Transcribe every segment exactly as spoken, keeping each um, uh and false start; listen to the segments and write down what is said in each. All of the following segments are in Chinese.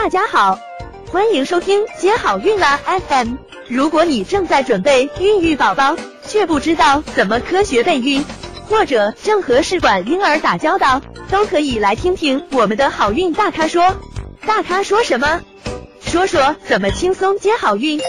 大家好，欢迎收听接好运啦 F M。如果你正在准备孕育宝宝，却不知道怎么科学备孕，或者正和试管婴儿打交道，都可以来听听我们的好运大咖说。大咖说什么？说说怎么轻松接好运。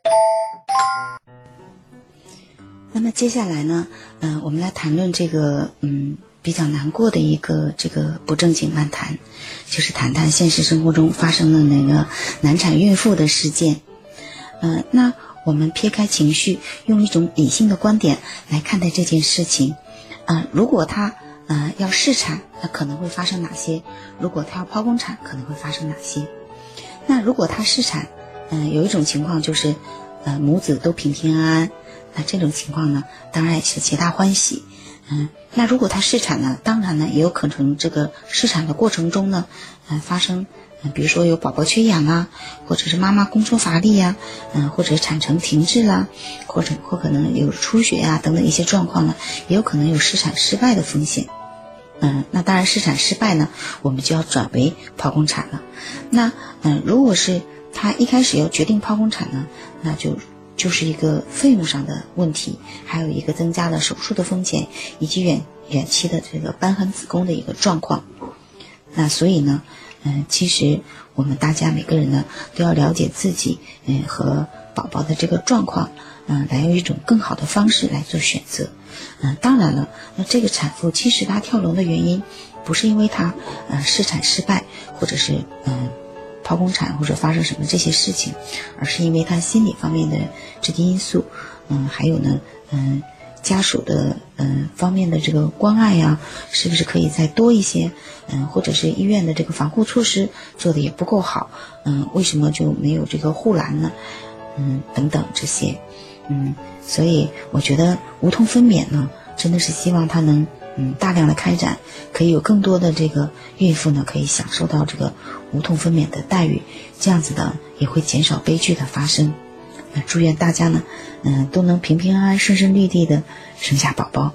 那么接下来呢，呃，我们来谈论这个嗯比较难过的一个这个不正经漫谈，就是谈谈现实生活中发生的那个难产孕妇的事件。呃，那我们撇开情绪，用一种理性的观点来看待这件事情。呃，如果她呃要试产，那可能会发生哪些？如果她要剖宫产，可能会发生哪些？那如果她试产，呃，有一种情况就是呃母子都平平安安。那这种情况呢，当然也是皆大欢喜。嗯，那如果她试产呢，当然呢也有可能这个试产的过程中呢，嗯、呃，发生，嗯、呃，比如说有宝宝缺氧啊，或者是妈妈宫缩乏力呀、啊，嗯、呃，或者产程停滞啦，或者或可能有出血啊等等一些状况呢，也有可能有试产失败的风险。嗯，那当然试产失败呢，我们就要转为剖宫产了。那嗯、呃，如果是她一开始要决定剖宫产呢，那就。就是一个费用上的问题，还有一个增加了手术的风险，以及远远期的这个瘢痕子宫的一个状况。那所以呢，嗯，其实我们大家每个人呢都要了解自己，嗯，和宝宝的这个状况，嗯，来用一种更好的方式来做选择。嗯，当然了，那这个产妇其实她跳楼的原因，不是因为她呃试产失败，或者是嗯。剖宫产或者发生什么这些事情，而是因为他心理方面的这些因素，嗯，还有呢，嗯，家属的嗯方面的这个关爱呀、啊，是不是可以再多一些？嗯，或者是医院的这个防护措施做的也不够好，嗯，为什么就没有这个护栏呢？嗯，等等这些，嗯，所以我觉得无痛分娩呢，真的是希望他能。嗯，大量的开展，可以有更多的这个孕妇呢，可以享受到这个无痛分娩的待遇，这样子的也会减少悲剧的发生。那祝愿大家呢，嗯、呃，都能平平安安、顺顺利利的生下宝宝。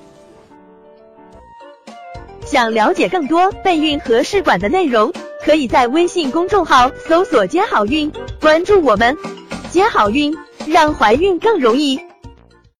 想了解更多备孕和试管的内容，可以在微信公众号搜索接好运，关注我们，接好运，让怀孕更容易。